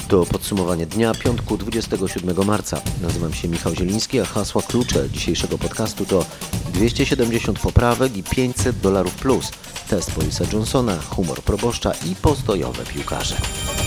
To podsumowanie dnia piątku 27 marca. Nazywam się Michał Zieliński, a hasła klucze dzisiejszego podcastu to 270 poprawek i $500 plus, test Borisa Johnsona, humor proboszcza i postojowe piłkarze.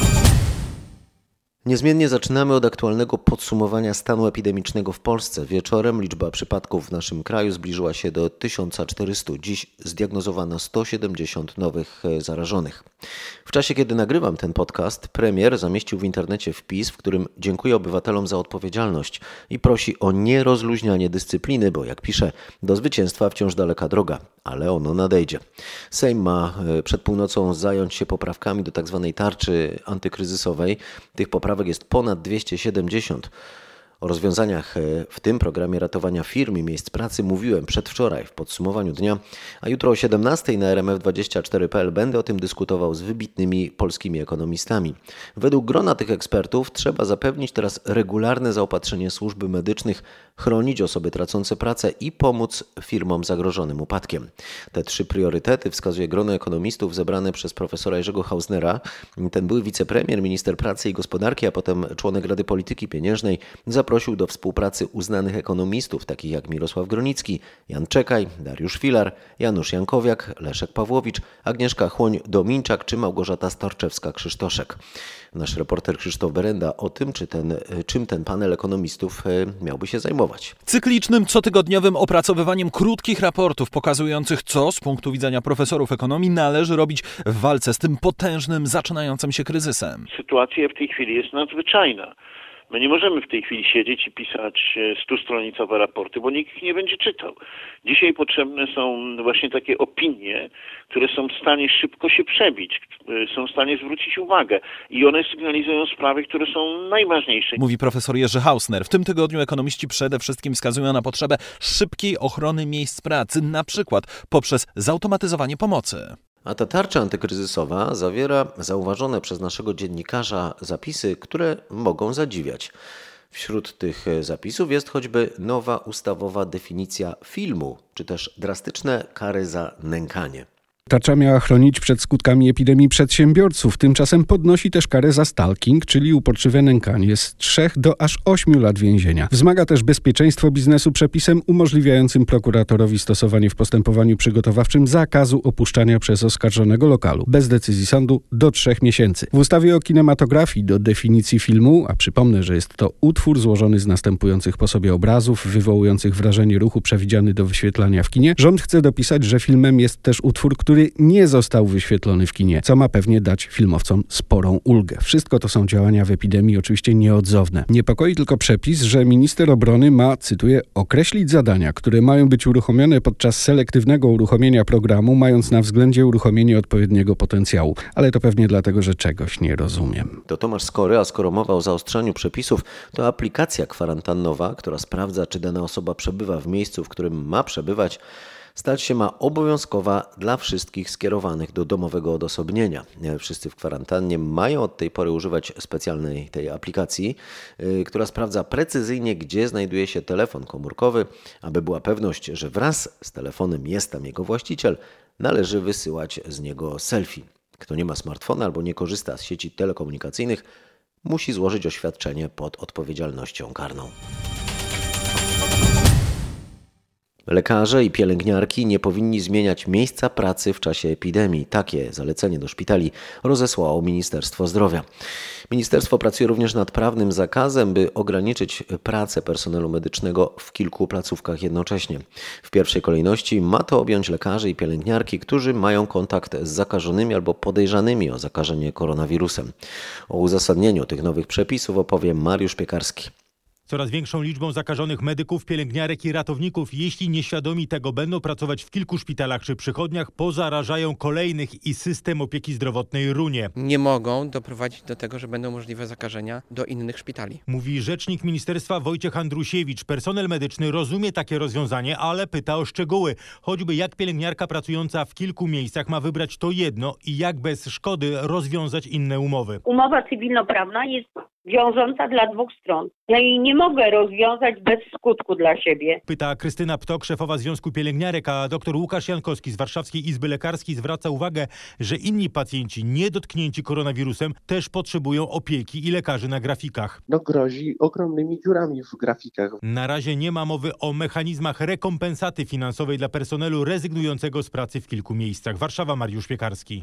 Niezmiennie zaczynamy od aktualnego podsumowania stanu epidemicznego w Polsce. Wieczorem liczba przypadków w naszym kraju zbliżyła się do 1400. Dziś zdiagnozowano 170 nowych zarażonych. W czasie, kiedy nagrywam ten podcast, premier zamieścił w internecie wpis, w którym dziękuje obywatelom za odpowiedzialność i prosi o nierozluźnianie dyscypliny, bo jak pisze, do zwycięstwa wciąż daleka droga, ale ono nadejdzie. Sejm ma przed północą zająć się poprawkami do tzw. tarczy antykryzysowej. Tych poprawek jest ponad 270. O rozwiązaniach w tym programie ratowania firm i miejsc pracy mówiłem przedwczoraj w podsumowaniu dnia, a jutro o 17:00 na RMF24.pl będę o tym dyskutował z wybitnymi polskimi ekonomistami. Według grona tych ekspertów trzeba zapewnić teraz regularne zaopatrzenie służby medycznych, chronić osoby tracące pracę i pomóc firmom zagrożonym upadkiem. Te trzy priorytety wskazuje grono ekonomistów zebrane przez profesora Jerzego Hausnera. Ten był wicepremier, minister pracy i gospodarki, a potem członek Rady Polityki Pieniężnej. Zaprosił do współpracy uznanych ekonomistów, takich jak Mirosław Gronicki, Jan Czekaj, Dariusz Filar, Janusz Jankowiak, Leszek Pawłowicz, Agnieszka Chłoń-Dominczak czy Małgorzata Storczewska-Krzysztoszek. Nasz reporter Krzysztof Berenda o tym, czym ten panel ekonomistów miałby się zajmować. Cyklicznym, cotygodniowym opracowywaniem krótkich raportów pokazujących, co z punktu widzenia profesorów ekonomii należy robić w walce z tym potężnym, zaczynającym się kryzysem. Sytuacja w tej chwili jest nadzwyczajna. My nie możemy w tej chwili siedzieć i pisać 100-stronicowe raporty, bo nikt ich nie będzie czytał. Dzisiaj potrzebne są właśnie takie opinie, które są w stanie szybko się przebić, są w stanie zwrócić uwagę i one sygnalizują sprawy, które są najważniejsze. Mówi profesor Jerzy Hausner. W tym tygodniu ekonomiści przede wszystkim wskazują na potrzebę szybkiej ochrony miejsc pracy, na przykład poprzez zautomatyzowanie pomocy. A ta tarcza antykryzysowa zawiera zauważone przez naszego dziennikarza zapisy, które mogą zadziwiać. Wśród tych zapisów jest choćby nowa ustawowa definicja filmu, czy też drastyczne kary za nękanie. Tarcza miała chronić przed skutkami epidemii przedsiębiorców. Tymczasem podnosi też karę za stalking, czyli uporczywe nękanie z 3 do aż 8 lat więzienia. Wzmaga też bezpieczeństwo biznesu przepisem umożliwiającym prokuratorowi stosowanie w postępowaniu przygotowawczym zakazu opuszczania przez oskarżonego lokalu bez decyzji sądu do 3 miesięcy. W ustawie o kinematografii do definicji filmu, a przypomnę, że jest to utwór złożony z następujących po sobie obrazów wywołujących wrażenie ruchu przewidziany do wyświetlania w kinie, rząd chce dopisać, że filmem jest też utwór, który nie został wyświetlony w kinie, co ma pewnie dać filmowcom sporą ulgę. Wszystko to są działania w epidemii oczywiście nieodzowne. Niepokoi tylko przepis, że minister obrony ma, cytuję, określić zadania, które mają być uruchomione podczas selektywnego uruchomienia programu, mając na względzie uruchomienie odpowiedniego potencjału. Ale to pewnie dlatego, że czegoś nie rozumiem. To Tomasz Skory, a skoro mowa o zaostrzaniu przepisów, to aplikacja kwarantannowa, która sprawdza, czy dana osoba przebywa w miejscu, w którym ma przebywać, stać się ma obowiązkowa dla wszystkich skierowanych do domowego odosobnienia. Wszyscy w kwarantannie mają od tej pory używać specjalnej tej aplikacji, która sprawdza precyzyjnie, gdzie znajduje się telefon komórkowy. Aby była pewność, że wraz z telefonem jest tam jego właściciel, należy wysyłać z niego selfie. Kto nie ma smartfona albo nie korzysta z sieci telekomunikacyjnych, musi złożyć oświadczenie pod odpowiedzialnością karną. Lekarze i pielęgniarki nie powinni zmieniać miejsca pracy w czasie epidemii. Takie zalecenie do szpitali rozesłało Ministerstwo Zdrowia. Ministerstwo pracuje również nad prawnym zakazem, by ograniczyć pracę personelu medycznego w kilku placówkach jednocześnie. W pierwszej kolejności ma to objąć lekarzy i pielęgniarki, którzy mają kontakt z zakażonymi albo podejrzanymi o zakażenie koronawirusem. O uzasadnieniu tych nowych przepisów opowie Mariusz Piekarski. Coraz większą liczbą zakażonych medyków, pielęgniarek i ratowników, jeśli nieświadomi tego będą pracować w kilku szpitalach czy przychodniach, pozarażają kolejnych i system opieki zdrowotnej runie. Nie mogą doprowadzić do tego, że będą możliwe zakażenia do innych szpitali. Mówi rzecznik ministerstwa Wojciech Andrusiewicz. Personel medyczny rozumie takie rozwiązanie, ale pyta o szczegóły. Choćby jak pielęgniarka pracująca w kilku miejscach ma wybrać to jedno i jak bez szkody rozwiązać inne umowy. Umowa cywilnoprawna jest wiążąca dla dwóch stron. Ja jej nie mogę rozwiązać bez skutku dla siebie. Pyta Krystyna Ptok, szefowa Związku Pielęgniarek, a dr Łukasz Jankowski z Warszawskiej Izby Lekarskiej zwraca uwagę, że inni pacjenci niedotknięci koronawirusem też potrzebują opieki i lekarzy na grafikach. Grozi ogromnymi dziurami w grafikach. Na razie nie ma mowy o mechanizmach rekompensaty finansowej dla personelu rezygnującego z pracy w kilku miejscach. Warszawa, Mariusz Piekarski.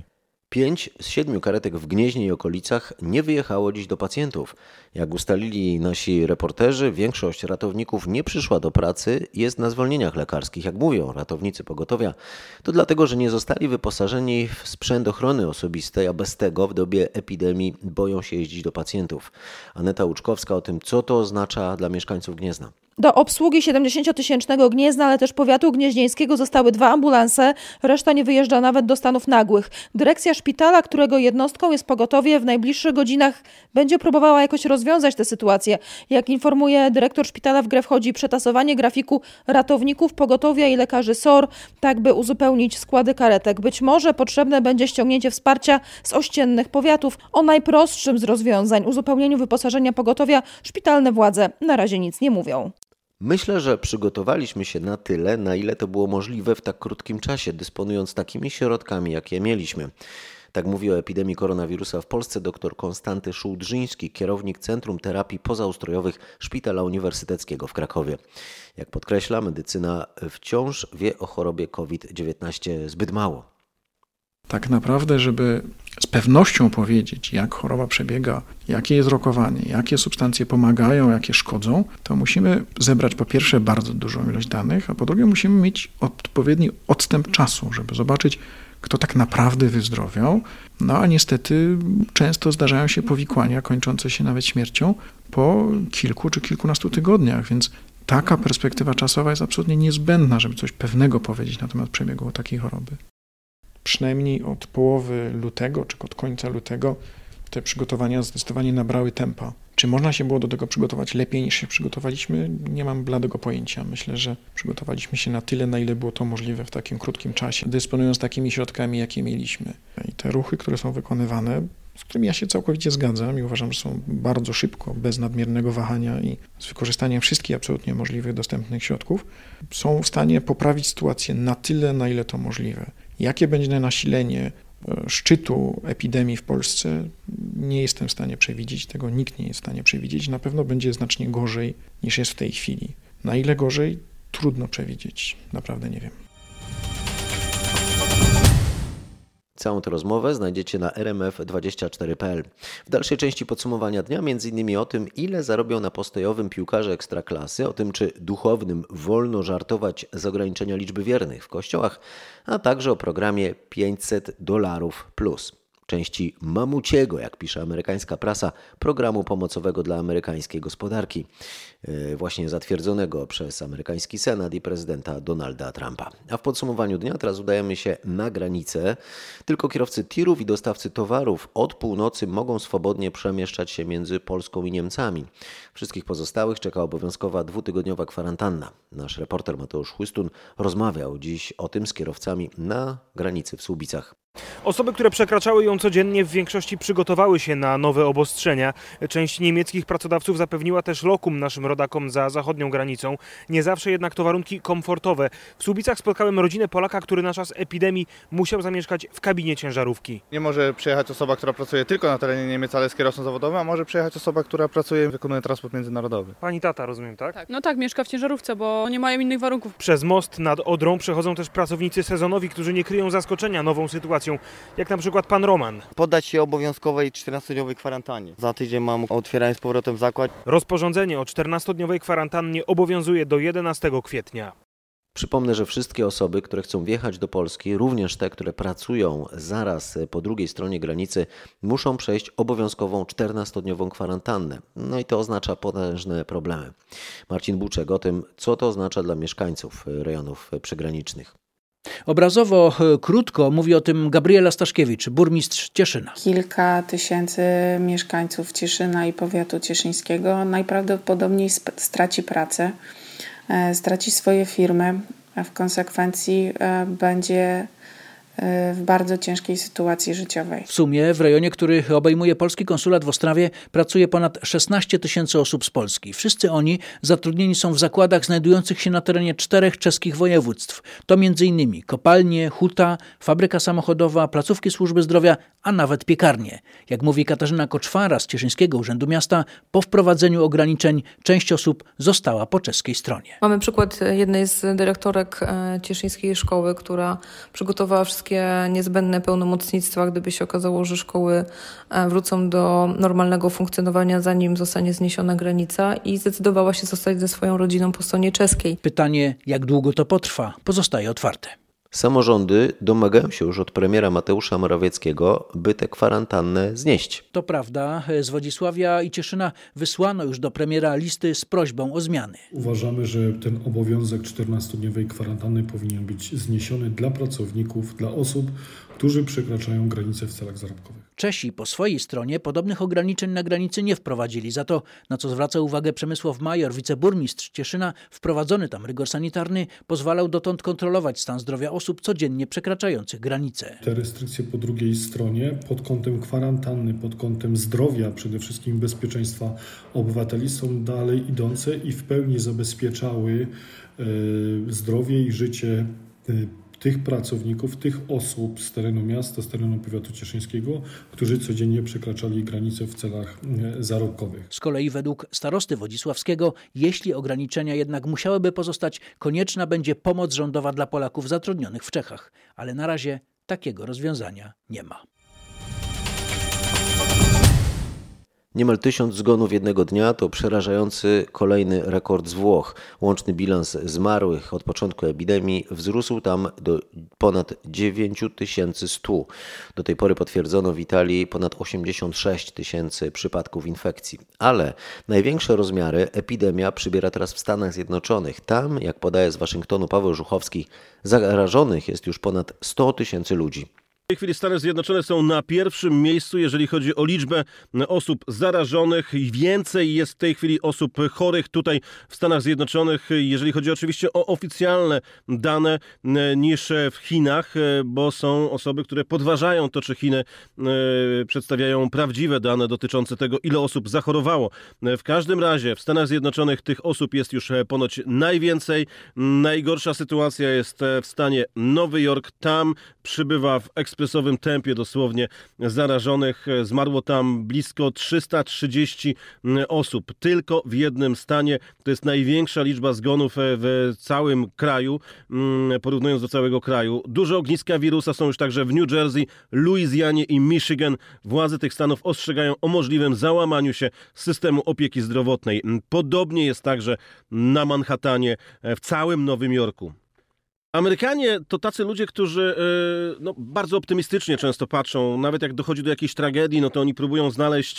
5 z 7 karetek w Gnieźnie i okolicach nie wyjechało dziś do pacjentów. Jak ustalili nasi reporterzy, większość ratowników nie przyszła do pracy i jest na zwolnieniach lekarskich. Jak mówią ratownicy pogotowia, to dlatego, że nie zostali wyposażeni w sprzęt ochrony osobistej, a bez tego w dobie epidemii boją się jeździć do pacjentów. Aneta Łuczkowska o tym, co to oznacza dla mieszkańców Gniezna. Do obsługi 70-tysięcznego Gniezna, ale też powiatu gnieźnieńskiego zostały 2 ambulanse, reszta nie wyjeżdża nawet do stanów nagłych. Dyrekcja szpitala, którego jednostką jest pogotowie, w najbliższych godzinach będzie próbowała jakoś rozwiązać tę sytuację. Jak informuje dyrektor szpitala, w grę wchodzi przetasowanie grafiku ratowników pogotowia i lekarzy SOR, tak by uzupełnić składy karetek. Być może potrzebne będzie ściągnięcie wsparcia z ościennych powiatów. O najprostszym z rozwiązań, uzupełnieniu wyposażenia pogotowia, szpitalne władze na razie nic nie mówią. Myślę, że przygotowaliśmy się na tyle, na ile to było możliwe w tak krótkim czasie, dysponując takimi środkami, jakie mieliśmy. Tak mówi o epidemii koronawirusa w Polsce dr Konstanty Szułdrzyński, kierownik Centrum Terapii Pozaustrojowych Szpitala Uniwersyteckiego w Krakowie. Jak podkreśla, medycyna wciąż wie o chorobie COVID-19 zbyt mało. Tak naprawdę, żeby z pewnością powiedzieć, jak choroba przebiega, jakie jest rokowanie, jakie substancje pomagają, jakie szkodzą, to musimy zebrać po pierwsze bardzo dużą ilość danych, a po drugie musimy mieć odpowiedni odstęp czasu, żeby zobaczyć, kto tak naprawdę wyzdrowiał. No a niestety często zdarzają się powikłania kończące się nawet śmiercią po kilku czy kilkunastu tygodniach, więc taka perspektywa czasowa jest absolutnie niezbędna, żeby coś pewnego powiedzieć na temat przebiegu takiej choroby. Przynajmniej od połowy lutego, czy od końca lutego te przygotowania zdecydowanie nabrały tempa. Czy można się było do tego przygotować lepiej niż się przygotowaliśmy? Nie mam bladego pojęcia. Myślę, że przygotowaliśmy się na tyle, na ile było to możliwe w takim krótkim czasie, dysponując takimi środkami, jakie mieliśmy. I te ruchy, które są wykonywane, z którymi ja się całkowicie zgadzam i uważam, że są bardzo szybko, bez nadmiernego wahania i z wykorzystaniem wszystkich absolutnie możliwych dostępnych środków, są w stanie poprawić sytuację na tyle, na ile to możliwe. Jakie będzie nasilenie szczytu epidemii w Polsce, nie jestem w stanie przewidzieć, tego nikt nie jest w stanie przewidzieć. Na pewno będzie znacznie gorzej niż jest w tej chwili. Na ile gorzej? Trudno przewidzieć, naprawdę nie wiem. Całą tę rozmowę znajdziecie na rmf24.pl. W dalszej części podsumowania dnia m.in. o tym, ile zarobią na postojowym piłkarze Ekstraklasy, o tym, czy duchownym wolno żartować z ograniczenia liczby wiernych w kościołach, a także o programie $500+. Części mamuciego, jak pisze amerykańska prasa, programu pomocowego dla amerykańskiej gospodarki, właśnie zatwierdzonego przez amerykański Senat i prezydenta Donalda Trumpa. A w podsumowaniu dnia teraz udajemy się na granicę. Tylko kierowcy tirów i dostawcy towarów od północy mogą swobodnie przemieszczać się między Polską i Niemcami. Wszystkich pozostałych czeka obowiązkowa 2-tygodniowa kwarantanna. Nasz reporter Mateusz Chłystun rozmawiał dziś o tym z kierowcami na granicy w Słubicach. Osoby, które przekraczały ją codziennie, w większości przygotowały się na nowe obostrzenia. Część niemieckich pracodawców zapewniła też lokum naszym rodakom za zachodnią granicą. Nie zawsze jednak to warunki komfortowe. W Słubicach spotkałem rodzinę Polaka, który na czas epidemii musiał zamieszkać w kabinie ciężarówki. Nie może przyjechać osoba, która pracuje tylko na terenie Niemiec, ale jest kierowcą zawodowym, a może przyjechać osoba, która pracuje, wykonuje transport międzynarodowy. Pani tata, rozumiem, tak? Tak. No tak, mieszka w ciężarówce, bo nie mają innych warunków. Przez most nad Odrą przechodzą też pracownicy sezonowi, którzy nie kryją zaskoczenia nową sytuacją, jak na przykład pan Roman. Poddać się obowiązkowej 14-dniowej kwarantannie. Za tydzień mam otwieranie z powrotem zakład. Rozporządzenie o 14-dniowej kwarantannie obowiązuje do 11 kwietnia. Przypomnę, że wszystkie osoby, które chcą wjechać do Polski, również te, które pracują zaraz po drugiej stronie granicy, muszą przejść obowiązkową 14-dniową kwarantannę. No i to oznacza potężne problemy. Marcin Buczek o tym, co to oznacza dla mieszkańców rejonów przygranicznych. Obrazowo krótko mówi o tym Gabriela Staszkiewicz, burmistrz Cieszyna. Kilka tysięcy mieszkańców Cieszyna i powiatu cieszyńskiego najprawdopodobniej straci pracę, straci swoje firmy, a w konsekwencji będzie w bardzo ciężkiej sytuacji życiowej. W sumie w rejonie, który obejmuje polski konsulat w Ostrawie, pracuje ponad 16 000 osób z Polski. Wszyscy oni zatrudnieni są w zakładach znajdujących się na terenie 4 czeskich województw. To m.in. kopalnie, huta, fabryka samochodowa, placówki służby zdrowia, a nawet piekarnie. Jak mówi Katarzyna Koczwara z Cieszyńskiego Urzędu Miasta, po wprowadzeniu ograniczeń część osób została po czeskiej stronie. Mamy przykład jednej z dyrektorek cieszyńskiej szkoły, która przygotowała wszystkie niezbędne pełnomocnictwa, gdyby się okazało, że szkoły wrócą do normalnego funkcjonowania, zanim zostanie zniesiona granica, i zdecydowała się zostać ze swoją rodziną po stronie czeskiej. Pytanie, jak długo to potrwa, pozostaje otwarte. Samorządy domagają się już od premiera Mateusza Morawieckiego, by tę kwarantannę znieść. To prawda, z Wodzisławia i Cieszyna wysłano już do premiera listy z prośbą o zmiany. Uważamy, że ten obowiązek 14-dniowej kwarantanny powinien być zniesiony dla pracowników, dla osób, którzy przekraczają granice w celach zarobkowych. Czesi po swojej stronie podobnych ograniczeń na granicy nie wprowadzili. Za to, na co zwraca uwagę Przemysław Major, wiceburmistrz Cieszyna, wprowadzony tam rygor sanitarny pozwalał dotąd kontrolować stan zdrowia osób codziennie przekraczających granicę. Te restrykcje po drugiej stronie pod kątem kwarantanny, pod kątem zdrowia, przede wszystkim bezpieczeństwa obywateli, są dalej idące i w pełni zabezpieczały zdrowie i życie tych pracowników, tych osób z terenu miasta, z terenu powiatu cieszyńskiego, którzy codziennie przekraczali granice w celach zarobkowych. Z kolei według starosty wodzisławskiego, jeśli ograniczenia jednak musiałyby pozostać, konieczna będzie pomoc rządowa dla Polaków zatrudnionych w Czechach. Ale na razie takiego rozwiązania nie ma. Niemal 1000 zgonów jednego dnia to przerażający kolejny rekord z Włoch. Łączny bilans zmarłych od początku epidemii wzrósł tam do ponad 9100. Do tej pory potwierdzono w Italii ponad 86 000 przypadków infekcji. Ale największe rozmiary epidemia przybiera teraz w Stanach Zjednoczonych. Tam, jak podaje z Waszyngtonu Paweł Żuchowski, zarażonych jest już ponad 100 000 ludzi. W tej chwili Stany Zjednoczone są na pierwszym miejscu, jeżeli chodzi o liczbę osób zarażonych. Więcej jest w tej chwili osób chorych tutaj w Stanach Zjednoczonych, jeżeli chodzi oczywiście o oficjalne dane, niż w Chinach, bo są osoby, które podważają to, czy Chiny przedstawiają prawdziwe dane dotyczące tego, ile osób zachorowało. W każdym razie w Stanach Zjednoczonych tych osób jest już ponoć najwięcej. Najgorsza sytuacja jest w stanie Nowy Jork. Tam przybywa w ekspresowym tempie dosłownie zarażonych. Zmarło tam blisko 330 osób. Tylko w jednym stanie. To jest największa liczba zgonów w całym kraju, porównując do całego kraju. Duże ogniska wirusa są już także w New Jersey, Luizjanie i Michigan. Władze tych stanów ostrzegają o możliwym załamaniu się systemu opieki zdrowotnej. Podobnie jest także na Manhattanie, w całym Nowym Jorku. Amerykanie to tacy ludzie, którzy bardzo optymistycznie często patrzą. Nawet jak dochodzi do jakiejś tragedii, no to oni próbują znaleźć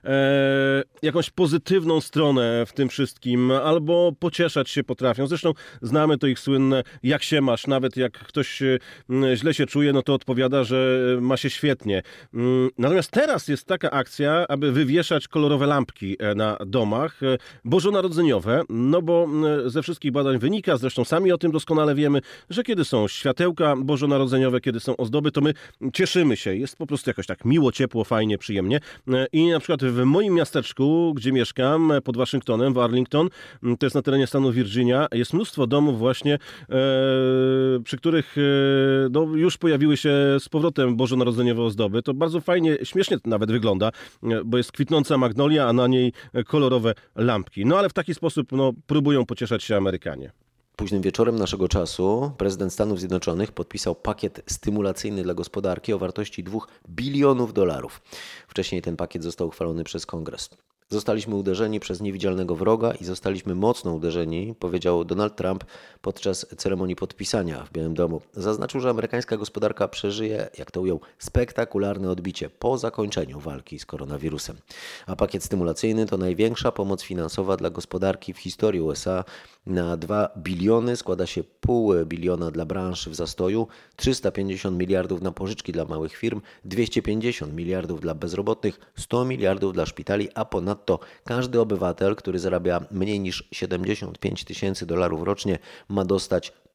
jakąś pozytywną stronę w tym wszystkim, albo pocieszać się potrafią. Zresztą znamy to ich słynne jak się masz. Nawet jak ktoś źle się czuje, no to odpowiada, że ma się świetnie. Natomiast teraz jest taka akcja, aby wywieszać kolorowe lampki na domach bożonarodzeniowe, no bo ze wszystkich badań wynika, zresztą sami o tym doskonale wiemy, że kiedy są światełka bożonarodzeniowe, kiedy są ozdoby, to my cieszymy się. Jest po prostu jakoś tak miło, ciepło, fajnie, przyjemnie. I na przykład w moim miasteczku, gdzie mieszkam, pod Waszyngtonem, w Arlington, to jest na terenie stanu Virginia, jest mnóstwo domów właśnie, przy których już pojawiły się z powrotem bożonarodzeniowe ozdoby. To bardzo fajnie, śmiesznie nawet wygląda, bo jest kwitnąca magnolia, a na niej kolorowe lampki. No ale w taki sposób próbują pocieszać się Amerykanie. Późnym wieczorem naszego czasu prezydent Stanów Zjednoczonych podpisał pakiet stymulacyjny dla gospodarki o wartości $2 bilionów. Wcześniej ten pakiet został uchwalony przez Kongres. Zostaliśmy uderzeni przez niewidzialnego wroga i zostaliśmy mocno uderzeni, powiedział Donald Trump podczas ceremonii podpisania w Białym Domu. Zaznaczył, że amerykańska gospodarka przeżyje, jak to ujął, spektakularne odbicie po zakończeniu walki z koronawirusem. A pakiet stymulacyjny to największa pomoc finansowa dla gospodarki w historii USA. Na 2 biliony składa się $0,5 biliona dla branż w zastoju, 350 miliardów na pożyczki dla małych firm, 250 miliardów dla bezrobotnych, 100 miliardów dla szpitali, a ponadto każdy obywatel, który zarabia mniej niż $75 000 rocznie, ma dostać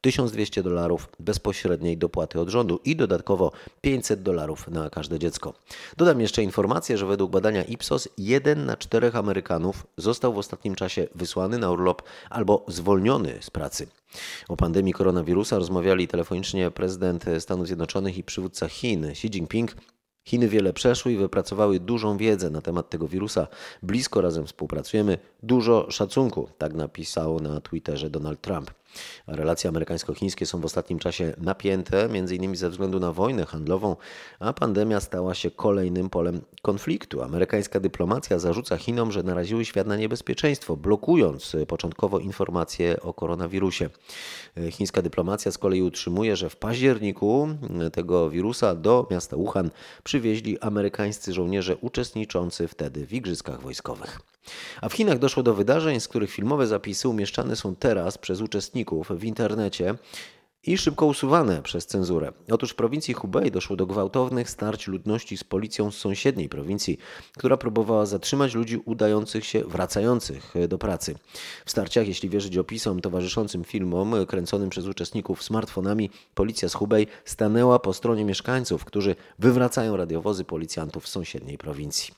$1200 bezpośredniej dopłaty od rządu i dodatkowo $500 na każde dziecko. Dodam jeszcze informację, że według badania Ipsos 1 na 4 Amerykanów został w ostatnim czasie wysłany na urlop albo zwolniony z pracy. O pandemii koronawirusa rozmawiali telefonicznie prezydent Stanów Zjednoczonych i przywódca Chin Xi Jinping. Chiny wiele przeszły i wypracowały dużą wiedzę na temat tego wirusa. Blisko razem współpracujemy. Dużo szacunku, tak napisał na Twitterze Donald Trump. A relacje amerykańsko-chińskie są w ostatnim czasie napięte, m.in. ze względu na wojnę handlową, a pandemia stała się kolejnym polem konfliktu. Amerykańska dyplomacja zarzuca Chinom, że naraziły świat na niebezpieczeństwo, blokując początkowo informacje o koronawirusie. Chińska dyplomacja z kolei utrzymuje, że w październiku tego wirusa do miasta Wuhan przywieźli amerykańscy żołnierze uczestniczący wtedy w igrzyskach wojskowych. A w Chinach doszło do wydarzeń, z których filmowe zapisy umieszczane są teraz przez uczestników w internecie i szybko usuwane przez cenzurę. Otóż w prowincji Hubei doszło do gwałtownych starć ludności z policją z sąsiedniej prowincji, która próbowała zatrzymać ludzi wracających do pracy. W starciach, jeśli wierzyć opisom towarzyszącym filmom kręconym przez uczestników smartfonami, policja z Hubei stanęła po stronie mieszkańców, którzy wywracają radiowozy policjantów z sąsiedniej prowincji.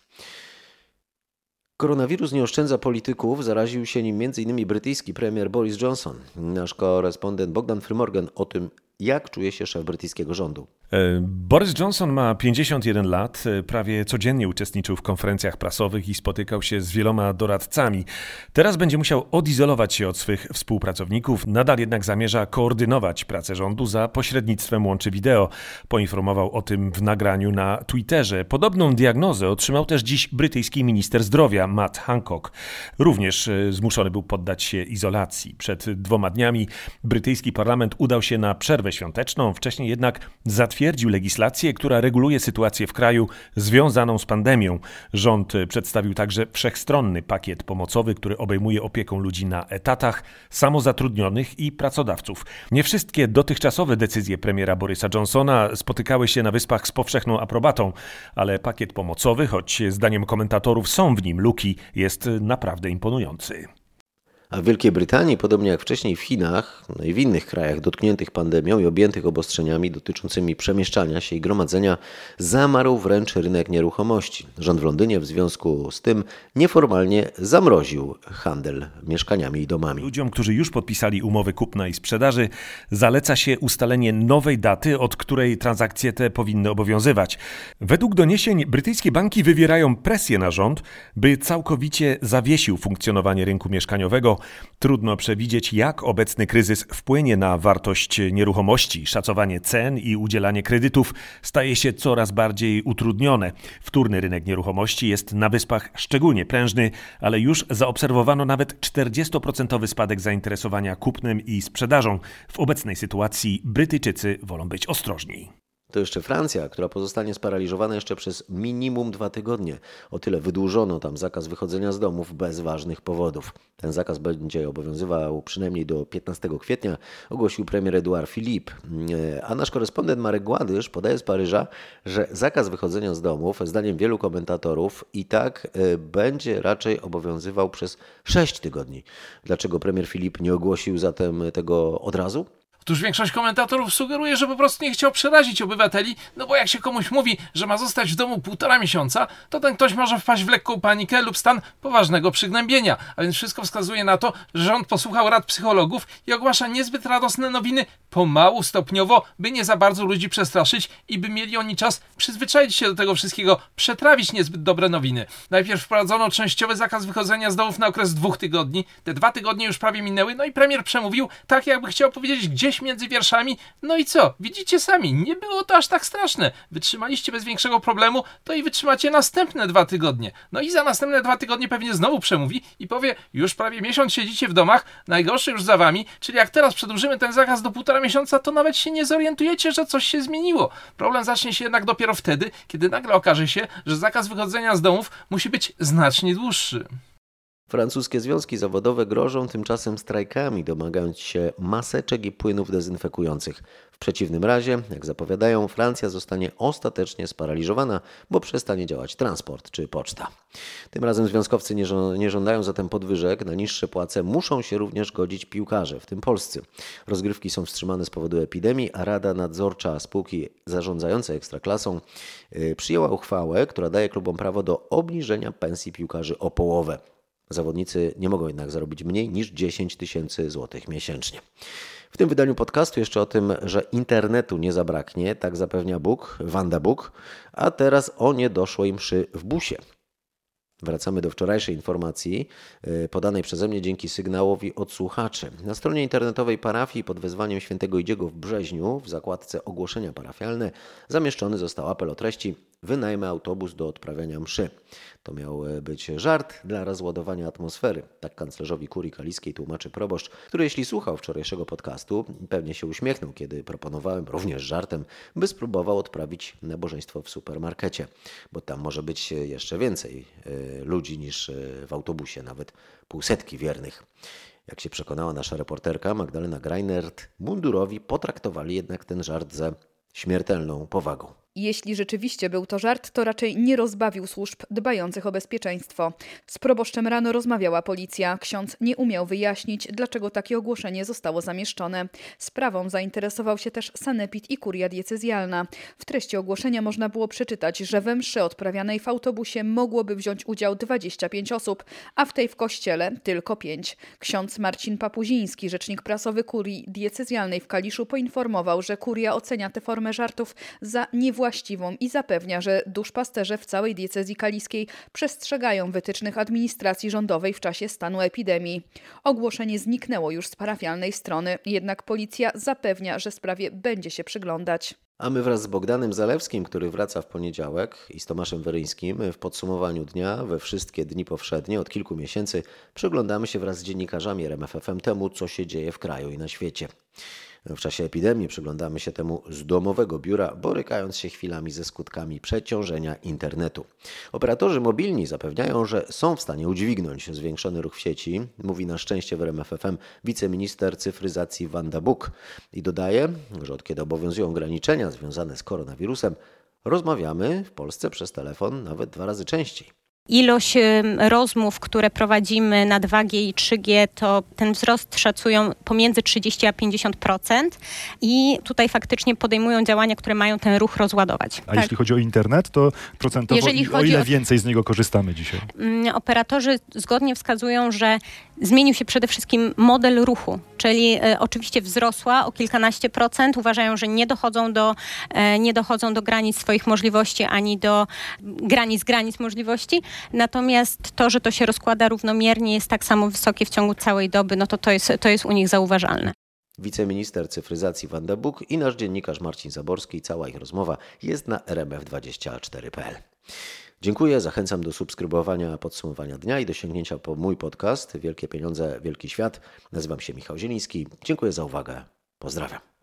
Koronawirus nie oszczędza polityków, zaraził się nim m.in. brytyjski premier Boris Johnson. Nasz korespondent Bogdan Frymorgan o tym, jak czuje się szef brytyjskiego rządu. Boris Johnson ma 51 lat, prawie codziennie uczestniczył w konferencjach prasowych i spotykał się z wieloma doradcami. Teraz będzie musiał odizolować się od swych współpracowników, nadal jednak zamierza koordynować pracę rządu za pośrednictwem łączy wideo. Poinformował o tym w nagraniu na Twitterze. Podobną diagnozę otrzymał też dziś brytyjski minister zdrowia Matt Hancock. Również zmuszony był poddać się izolacji. Przed 2 dniami brytyjski parlament udał się na przerwę świąteczną, wcześniej jednak zatwierdził legislację, która reguluje sytuację w kraju związaną z pandemią. Rząd przedstawił także wszechstronny pakiet pomocowy, który obejmuje opieką ludzi na etatach, samozatrudnionych i pracodawców. Nie wszystkie dotychczasowe decyzje premiera Borisa Johnsona spotykały się na Wyspach z powszechną aprobatą, ale pakiet pomocowy, choć zdaniem komentatorów są w nim luki, jest naprawdę imponujący. A w Wielkiej Brytanii, podobnie jak wcześniej w Chinach, no i w innych krajach dotkniętych pandemią i objętych obostrzeniami dotyczącymi przemieszczania się i gromadzenia, zamarł wręcz rynek nieruchomości. Rząd w Londynie w związku z tym nieformalnie zamroził handel mieszkaniami i domami. Ludziom, którzy już podpisali umowy kupna i sprzedaży, zaleca się ustalenie nowej daty, od której transakcje te powinny obowiązywać. Według doniesień brytyjskie banki wywierają presję na rząd, by całkowicie zawiesił funkcjonowanie rynku mieszkaniowego. Trudno przewidzieć, jak obecny kryzys wpłynie na wartość nieruchomości. Szacowanie cen i udzielanie kredytów staje się coraz bardziej utrudnione. Wtórny rynek nieruchomości jest na Wyspach szczególnie prężny, ale już zaobserwowano nawet 40% spadek zainteresowania kupnem i sprzedażą. W obecnej sytuacji Brytyjczycy wolą być ostrożni. To jeszcze Francja, która pozostanie sparaliżowana jeszcze przez minimum 2 tygodnie. O tyle wydłużono tam zakaz wychodzenia z domów bez ważnych powodów. Ten zakaz będzie obowiązywał przynajmniej do 15 kwietnia, ogłosił premier Edouard Philippe. A nasz korespondent Marek Gładysz podaje z Paryża, że zakaz wychodzenia z domów, zdaniem wielu komentatorów, i tak będzie raczej obowiązywał przez 6 tygodni. Dlaczego premier Philippe nie ogłosił zatem tego od razu? Otóż większość komentatorów sugeruje, że po prostu nie chciał przerazić obywateli, no bo jak się komuś mówi, że ma zostać w domu 1,5 miesiąca, to ten ktoś może wpaść w lekką panikę lub stan poważnego przygnębienia. A więc wszystko wskazuje na to, że rząd posłuchał rad psychologów i ogłasza niezbyt radosne nowiny pomału, stopniowo, by nie za bardzo ludzi przestraszyć i by mieli oni czas przyzwyczaić się do tego wszystkiego, przetrawić niezbyt dobre nowiny. Najpierw wprowadzono częściowy zakaz wychodzenia z domów na okres 2 tygodni. Te 2 tygodnie już prawie minęły, no i premier przemówił tak, jakby chciał powiedzieć gdzieś między wierszami. No i co? Widzicie sami, nie było to aż tak straszne. Wytrzymaliście bez większego problemu, to i wytrzymacie następne 2 tygodnie. No i za następne 2 tygodnie pewnie znowu przemówi i powie, już prawie miesiąc siedzicie w domach, najgorsze już za wami, czyli jak teraz przedłużymy ten zakaz do 1,5 miesiąca, to nawet się nie zorientujecie, że coś się zmieniło. Problem zacznie się jednak dopiero wtedy, kiedy nagle okaże się, że zakaz wychodzenia z domów musi być znacznie dłuższy. Francuskie związki zawodowe grożą tymczasem strajkami, domagając się maseczek i płynów dezynfekujących. W przeciwnym razie, jak zapowiadają, Francja zostanie ostatecznie sparaliżowana, bo przestanie działać transport czy poczta. Tym razem związkowcy nie żądają zatem podwyżek. Na niższe płace muszą się również godzić piłkarze, w tym polscy. Rozgrywki są wstrzymane z powodu epidemii, a Rada Nadzorcza spółki zarządzającej Ekstraklasą przyjęła uchwałę, która daje klubom prawo do obniżenia pensji piłkarzy o połowę. Zawodnicy nie mogą jednak zarobić mniej niż 10 000 złotych miesięcznie. W tym wydaniu podcastu jeszcze o tym, że internetu nie zabraknie, tak zapewnia Bóg, Wanda Bóg, a teraz o niedoszłej mszy w busie. Wracamy do wczorajszej informacji podanej przeze mnie dzięki sygnałowi od słuchaczy. Na stronie internetowej parafii pod wezwaniem świętego Idziego w Brzeźniu w zakładce ogłoszenia parafialne zamieszczony został apel o treści: wynajmę autobus do odprawiania mszy. To miał być żart dla rozładowania atmosfery. Tak kanclerzowi Kurii Kaliskiej tłumaczy proboszcz, który jeśli słuchał wczorajszego podcastu, pewnie się uśmiechnął, kiedy proponowałem również żartem, by spróbował odprawić nabożeństwo w supermarkecie, bo tam może być jeszcze więcej ludzi niż w autobusie, nawet 200 wiernych. Jak się przekonała nasza reporterka Magdalena Greinert, mundurowi potraktowali jednak ten żart ze śmiertelną powagą. Jeśli rzeczywiście był to żart, to raczej nie rozbawił służb dbających o bezpieczeństwo. Z proboszczem rano rozmawiała policja. Ksiądz nie umiał wyjaśnić, dlaczego takie ogłoszenie zostało zamieszczone. Sprawą zainteresował się też sanepid i kuria diecezjalna. W treści ogłoszenia można było przeczytać, że we mszy odprawianej w autobusie mogłoby wziąć udział 25 osób, a w tej w kościele tylko 5. Ksiądz Marcin Papuziński, rzecznik prasowy kurii diecezjalnej w Kaliszu, poinformował, że kuria ocenia tę formę żartów za niewłaściwą i zapewnia, że duszpasterze w całej diecezji kaliskiej przestrzegają wytycznych administracji rządowej w czasie stanu epidemii. Ogłoszenie zniknęło już z parafialnej strony, jednak policja zapewnia, że sprawie będzie się przyglądać. A my wraz z Bogdanem Zalewskim, który wraca w poniedziałek, i z Tomaszem Weryńskim w podsumowaniu dnia we wszystkie dni powszednie od kilku miesięcy przyglądamy się wraz z dziennikarzami RMF FM temu, co się dzieje w kraju i na świecie. W czasie epidemii przyglądamy się temu z domowego biura, borykając się chwilami ze skutkami przeciążenia internetu. Operatorzy mobilni zapewniają, że są w stanie udźwignąć zwiększony ruch w sieci, mówi na szczęście w RMF FM wiceminister cyfryzacji Wanda Bóg. I dodaje, że od kiedy obowiązują ograniczenia związane z koronawirusem, rozmawiamy w Polsce przez telefon nawet 2 razy częściej. Ilość rozmów, które prowadzimy na 2G i 3G, to ten wzrost szacują pomiędzy 30 a 50% i tutaj faktycznie podejmują działania, które mają ten ruch rozładować. A jeśli chodzi o internet, to procentowo o ile więcej z niego korzystamy dzisiaj? Operatorzy zgodnie wskazują, że zmienił się przede wszystkim model ruchu, czyli oczywiście wzrosła o kilkanaście procent. Uważają, że nie dochodzą do granic swoich możliwości ani do granic możliwości. Natomiast to, że to się rozkłada równomiernie, jest tak samo wysokie w ciągu całej doby, no to jest u nich zauważalne. Wiceminister cyfryzacji Wanda Bóg i nasz dziennikarz Marcin Zaborski. Cała ich rozmowa jest na rmf24.pl. Dziękuję, zachęcam do subskrybowania podsumowania dnia i do sięgnięcia po mój podcast Wielkie Pieniądze, Wielki Świat. Nazywam się Michał Zieliński. Dziękuję za uwagę. Pozdrawiam.